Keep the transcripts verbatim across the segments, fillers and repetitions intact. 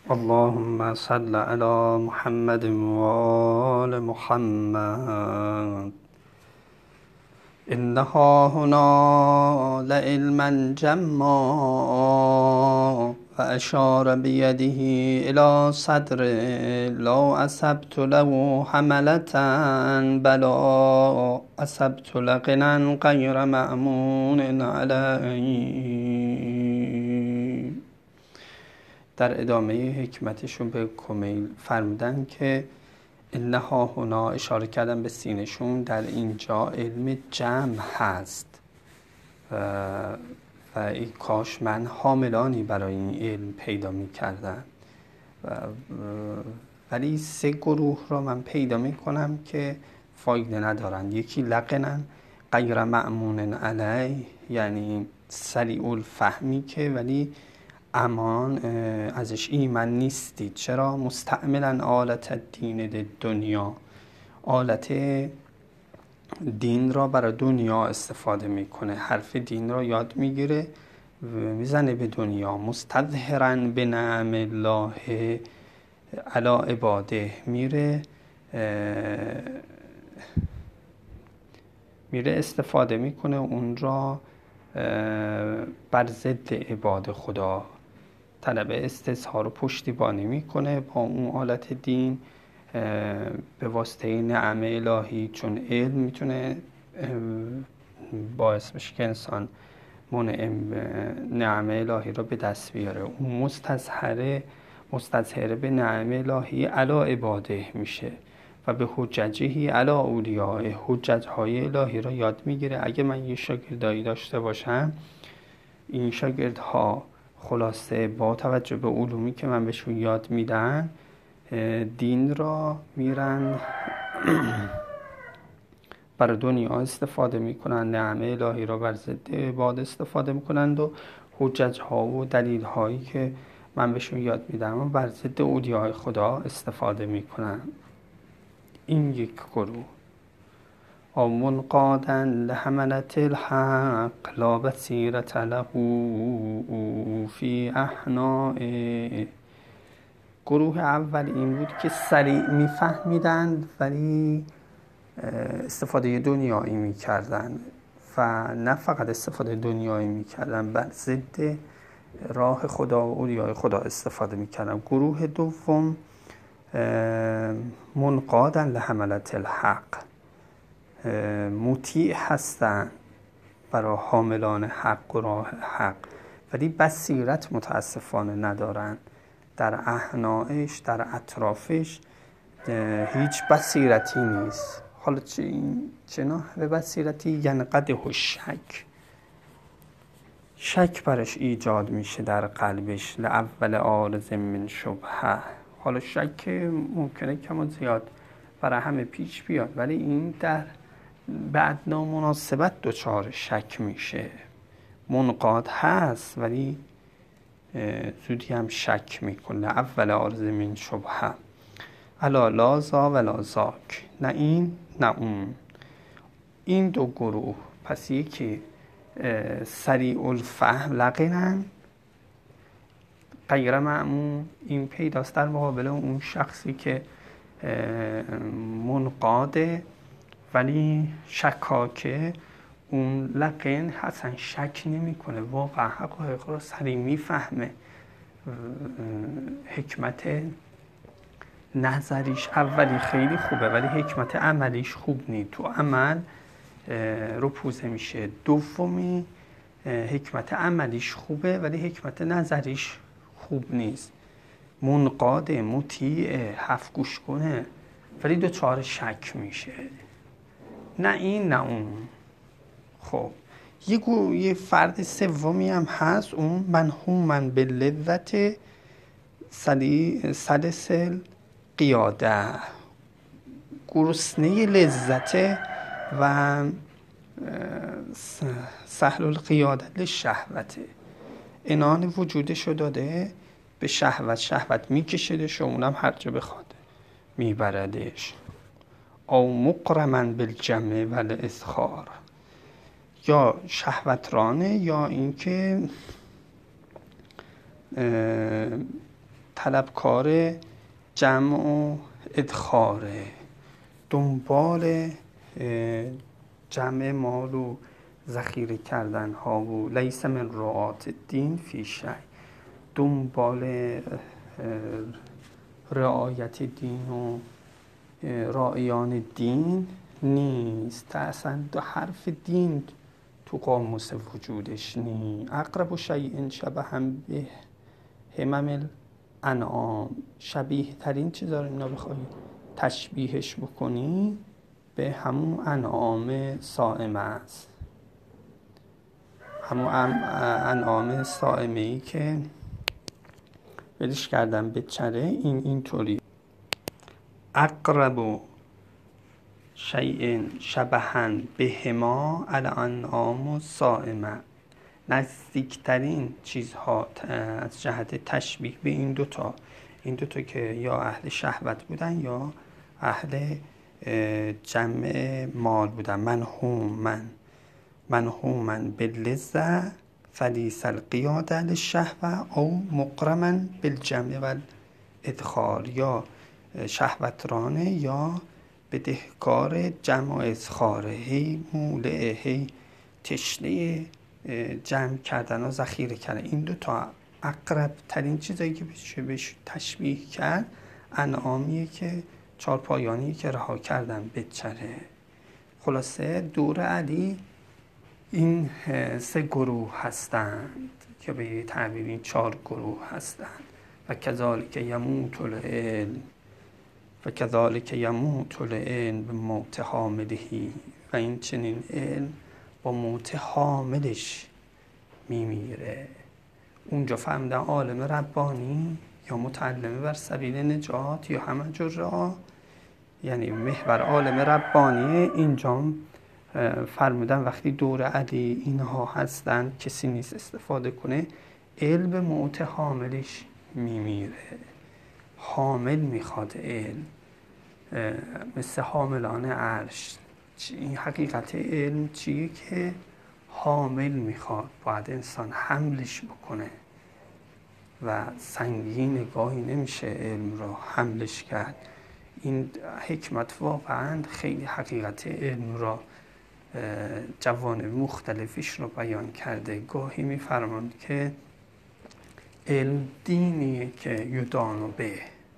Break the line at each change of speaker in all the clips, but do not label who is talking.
اللهم صل على محمد و آل محمد. إنها هنا لعلما جما فأشار بيده إلى صدر لو أصبت له حملة بلا أصبت لغنا غير مأمون عليه. در ادامه حکمتشون به کمیل فرمودن که انها هنا، اشاره کردن به سینشون، در اینجا علم جمع هست و, و ای کاش من حاملانی برای این علم پیدا می کردم. و ولی سه گروه را من پیدا می کنم که فایده ندارن. یکی لقنن غیر مأمون علیه، یعنی سریع الفهمی که ولی امان ازش ایمن نیستید. چرا؟ مستعملا آلت دین دنیا، آلت دین را برای دنیا استفاده میکنه، حرف دین را یاد میگیره میزنه به دنیا. مستظهرا به نعم الله علی عباده، میره میره استفاده میکنه اون را بر ضد عباد خدا، طلب استظهار و پشتیبانی میکنه با اون آلت دین به واسطه نعم الهی. چون علم میتونه باعث بشه که انسان منعم نعم الهی را به دست بیاره. اون مستظهره مستظهره به نعم الهی علی عباده میشه و به حججهی علی اولیاء، حجت‌های الهی را یاد میگیره. اگه من یه شاگردایی داشته باشم، این شاگردها خلاصه با توجه به علومی که من بهشون یاد میدن دین را میرن برای دنیا استفاده میکنن، نعمه الهی را بر ضد عباد استفاده میکنند و حجت‌ها و دلیل‌هایی که من بهشون یاد میدم بر ضد اولیاء خدا استفاده میکنن. این یک گروه. او منقادا لحملت الحق لا بصیرة له فی احناء. گروه اول این بود که سریع میفهمیدند ولی استفاده دنیایی میکردن و نه فقط استفاده دنیایی میکردن، بر ضد راه خدا و اولیای خدا استفاده میکردن. گروه دوم منقادا لحملت الحق، مطیع هستن برای حاملان حق و راه حق ولی بصیرت متاسفانه ندارن. در احناش، در اطرافش هیچ بصیرتی نیست. حالا چه چه نوع بصیرتی؟ ینقده الشک، شک برش ایجاد میشه در قلبش. لاول عارض من شبهه. حالا شک ممکنه کم و زیاد برای همه پیش بیاد ولی این در بعد نامناسبت دچار شک میشه. منقاد هست ولی زودی هم شک میکنه. اول عارض من شبهه الا لا ذا ولا ذاک، نه این نه اون. این دو گروه. پس یکی سریع الفهم لقنن غیر مأمون، این پیداست در مقابل اون شخصی که منقاده ولی شکاکه. اون لقن اصلا شک نمی کنه، واقعا حقایق رو سریع میفهمه. حکمت نظریش اولی خیلی خوبه ولی حکمت عملیش خوب نیست، تو عمل رو پوزه میشه. دومی حکمت عملیش خوبه ولی حکمت نظریش خوب نیست. منقاده، مطیعه، حرف گوش کنه ولی دوچار شک میشه. نه این نه اون. خب یه, گو... یه فرد سومی هم هست، اون منهومن به لذت سلسل قیاده، گرسنه لذت و سهل القیاده لشهوته. عنان وجودشو داده به شهوت، شهوت میکشدش و اونم هر جا بخواد میبردش. او مقرمن بالجمع والاذخار، یا شهوترانه یا اینکه طلبکار جمع و ادخاره، دنبال جمع مال و ذخیره کردن ها و لیس من رعات دین فی شی، دنبال رعایت دین و راعیان دین نیست. اصلا دو حرف دین تو قاموس وجودش نی. اقرب شیء شبه هم به همم الانعام، شبیه ترین چیزا رو اینا بخوای تشبیهش بکنی به همون انعام صائمه است، همون انعام صائمه ای که ولش کردن به چره. این اینطوری اقرب شیء شبها بهما الانعام الصائمه، نزدیکترین چیزها از جهت تشبیه به این دوتا، این دوتا که یا اهل شهوت بودن یا اهل جمع مال بودن. منهومن منهومن باللذة فلیس القیاده للشهوه او مقرما بالجمع والادخار، یا شهوترانه یا بدهکار جمع و ادخاره، هی مولعه، هی تشنه جمع کردن و ذخیره کردن. این دو تا اقرب ترین چیزایی که بشه بهش تشبیه کرد انعامیه که چارپایانی که رها کردن به چره. خلاصه دور علی این سه گروه هستند که به تعبیر این چهار گروه هستند. و کذالک یموت العلم و کذالک یموت العلم به موت حاملهی، و این چنین علم با موت حاملش میمیره. اونجا فهمیدن عالم ربانی یا متعلم بر سبیل نجات یا همه جرا، یعنی محور عالم ربانی. اینجا فرمودن وقتی دور علی اینها هستن کسی نیست استفاده کنه، علم به موت حاملش میمیره. حامل میخواد علم، مثل حاملان عرش. این حقیقت علم چیه که حامل میخواد، باید انسان حملش بکنه و سنگین گاهی نمیشه علم رو حملش کرد. این حکمت واقعا خیلی حقیقت علم رو جوانب مختلفش رو بیان کرده. گاهی میفرماند که علم دینیه که یدانو به،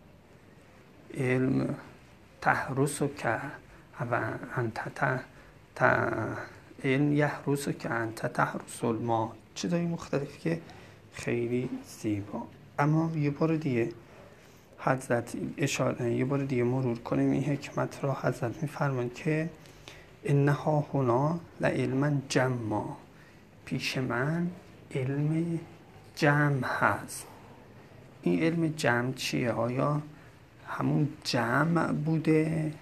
علم تحرسو که و انت علم یحرسو که انت تحرس الماء، چیزای مختلف که خیلی زیبا. اما یه بار دیگه حضرت اشاره یه بار دیگه مرور کنیم این حکمت را. حضرت میفرمایند که انها هنا لعلما جمع، پیش من علم جمع هست. این علم جمع چیه؟ آیا همون جمع بوده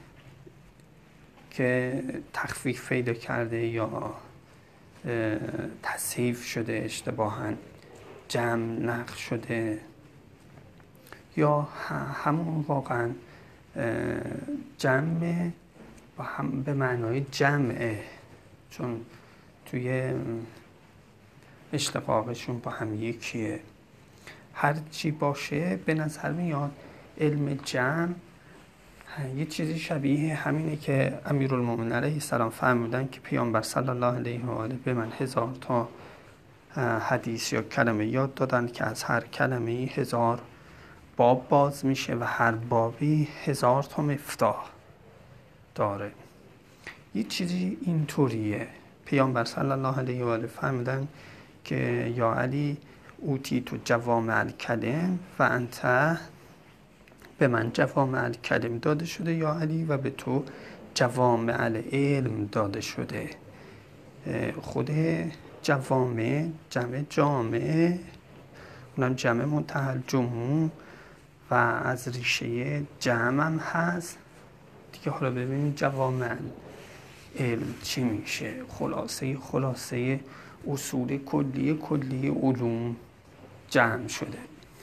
که تخفیف پیدا کرده یا تصحیف شده، اشتباهاً جمع نقل شده، یا همون واقعاً جمع و هم به معنای جمعه، چون توی اشتقاقشون با هم یکیه. هر چی باشه به نظر میاد علم جمع یه چیزی شبیه همینه که امیرالمومنین علیه السلام فرمودن که پیامبر صلی الله علیه و آله به من هزار تا حدیث یا کلمه یاد دادن که از هر کلمه هزار باب باز میشه و هر بابی هزار تا مفتاح داره. یه چیزی اینطوریه. پیامبر صلی الله علیه و آله فرمودن که یا علی اوتی تو جوامع الکلم و انت، به من جوامع الکلم داده شده یا علی و به تو جوامع العلم داده شده. خود جوامع جمع جامع، اونم جمع منتهی الجموع و از ریشه جمع هم هست دیگه. حالا ببینید جوامع علم چی میشه. خلاصه خلاصه اصول کلی کلی علوم جمع شده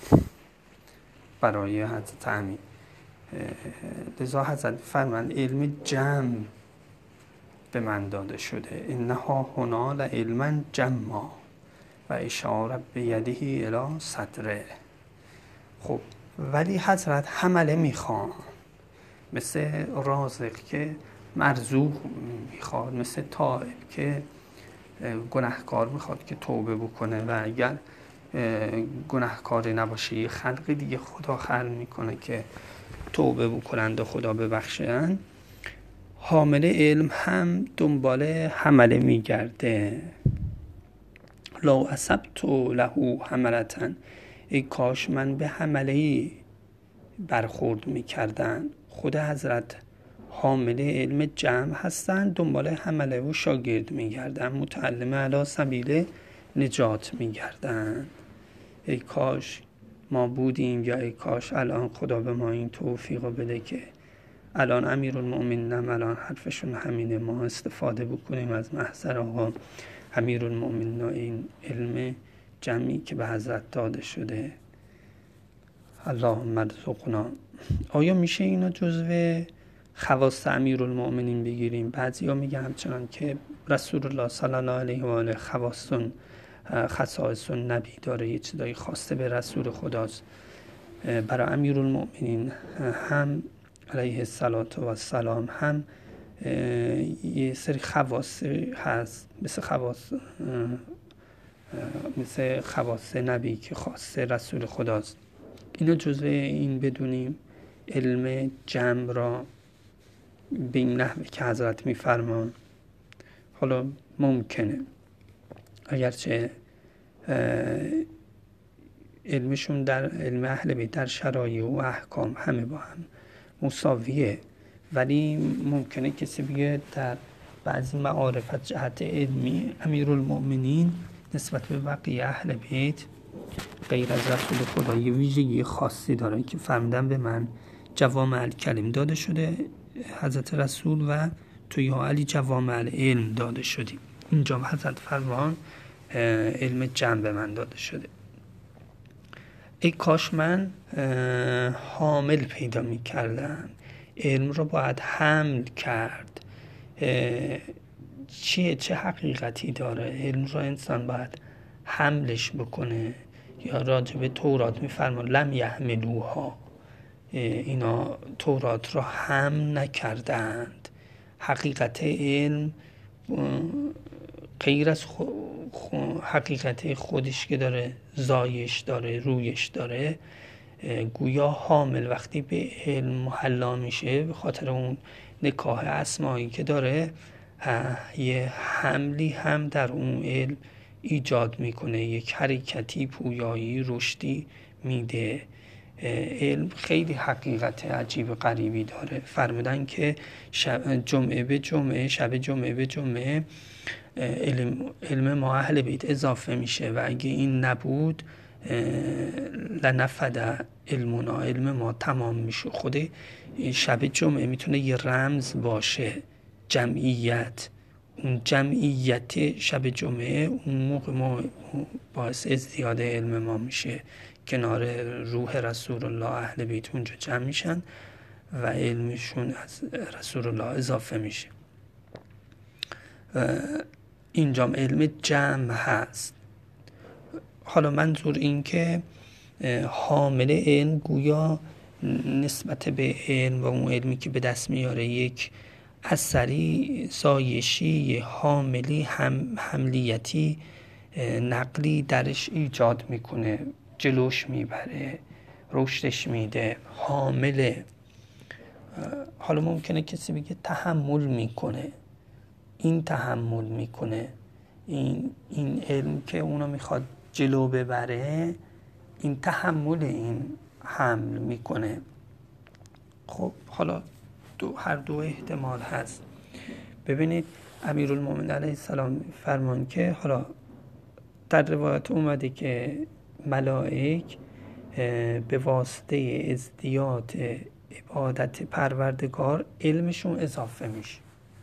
برای حضرت امین. لذا حضرت فرمان علم جمع به من داده شده. انها هنا لعلما جمع و اشاره به یده الی صدره. خب ولی حضرت حمله میخوان، مثل رازق که مرزوق میخواد، مثل تائب که گناهکار میخواد که توبه بکنه و اگر گناهکار نباشه یه خلق دیگه خدا خلق میکنه که توبه بکنند و خدا ببخشن. حامل علم هم دنبال حمله میگرده. لو اصبت له حملتن، ای کاش من به حمله برخورد میکردن. خود حضرت حامل علم جمع هستن، دنبال حمله و شاگرد میگردن، متعلم علی سبیل نجات میگردن. ای کاش ما بودیم، یا ای کاش الان خدا به ما این توفیق بده که الان امیرالمؤمنین هم الان حرفشون همینه، ما استفاده بکنیم از محضر آقا امیرالمؤمنین و این علم جمعی که به حضرت داده شده. اللهم ارزقنا. آیا میشه اینو جزو خواص امیرالمؤمنین بگیریم؟ بعضیا میگن همچنان که رسول الله صلی الله علیه و آله خواص خصائص نبی داره، یه چیزایی خواسته به رسول خداست. برای امیرالمؤمنین هم علیه السلام هم یه سری خواص هست، مثل خواص مثل خواص نبی که خواسته رسول خداست. اینو جزء این بدونیم علم جمع را به این نحوه که حضرت میفرمان. حالا ممکنه اگرچه علمشون در علم اهل بیت در شرایع و احکام همه با هم مساویه، ولی ممکنه کسی بگه در بعضی معارفت جهت علمی امیرالمؤمنین نسبت به بقیه اهل بیت غیر از رسول خدا یه ویژگی خاصی داره که فهمیدن به من جوامع الکلم داده شده حضرت رسول و تو یا علی جوامع العلم داده شدیم. اینجا حضرت فرمان علم جمع به من داده شده. ای کاش من حامل پیدا می کردم. علم رو باید حمل کرد. چیه چه حقیقتی داره؟ علم رو انسان باید حملش بکنه. یا راجع به تورات می فرمان لم یحملوها، اینا تورات رو حمل نکردند. حقیقت علم غیر از خو... خو... حقیقت خودش که داره، زایش داره، رویش داره، گویا حامل وقتی به علم محلا میشه به خاطر اون نکاه اسمایی که داره، یه حملی هم در اون علم ایجاد میکنه، یک حرکتی، پویایی، رشدی میده. علم خیلی حقیقت عجیب غریبی داره. فرمودن که شب جمعه به جمعه، شب جمعه به جمعه علم, علم ما اهل بیت اضافه میشه و اگه این نبود لنفد علمنا، علم ما تمام میشه. خود شب جمعه میتونه یه رمز باشه، جمعیت. اون جمعیت شب جمعه اون موقع ما باعث ازدیاد علم ما میشه، کنار روح رسول الله اهل بیت اونجا جمع میشن و علمشون از رسول الله اضافه میشه. اینجا علم جمع هست. حالا منظور این که حامل علم گویا نسبت به علم و اون علمی که به دست میاره یک اثری، سایشی، حاملی، هم حملیتی، نقلی درش ایجاد میکنه، جلوش میبره، رشدش میده، حامله. حالا ممکنه کسی بگه تحمل میکنه، این تحمل میکنه، این این علم که اونو میخواد جلو ببره این تحمل این حمل میکنه. خب حالا دو هر دو احتمال هست. ببینید امیرالمؤمنین علیه السلام فرمان که حالا در روایت اومده که ملائک به واسطه ازدیاد عبادت پروردگار علمشون اضافه میشه.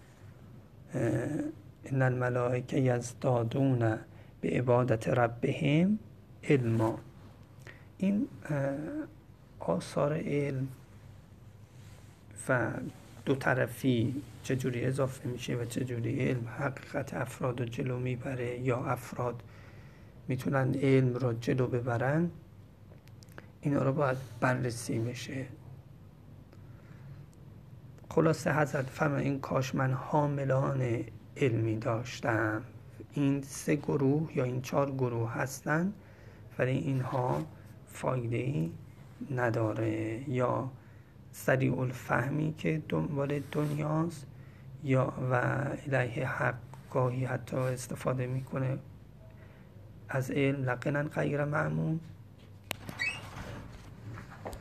ان الملائکه یزدادون به عبادت ربهم علما. این آثار علم و دو طرفی چجوری اضافه میشه و چجوری علم حقیقت افراد رو جلو میبره یا افراد میتونن علم رو جلو ببرن، اینا رو باید بررسی بشه. خلاصه حضرت فرمایند کاش من حاملان علمی داشتم. این سه گروه یا این چهار گروه هستن ولی اینها فایده‌ای نداره، یا سریع الفهمی که دنبال دنیاست، یا و الیه حق گاهی حتی استفاده میکنه از علم لقنا غیر معمول،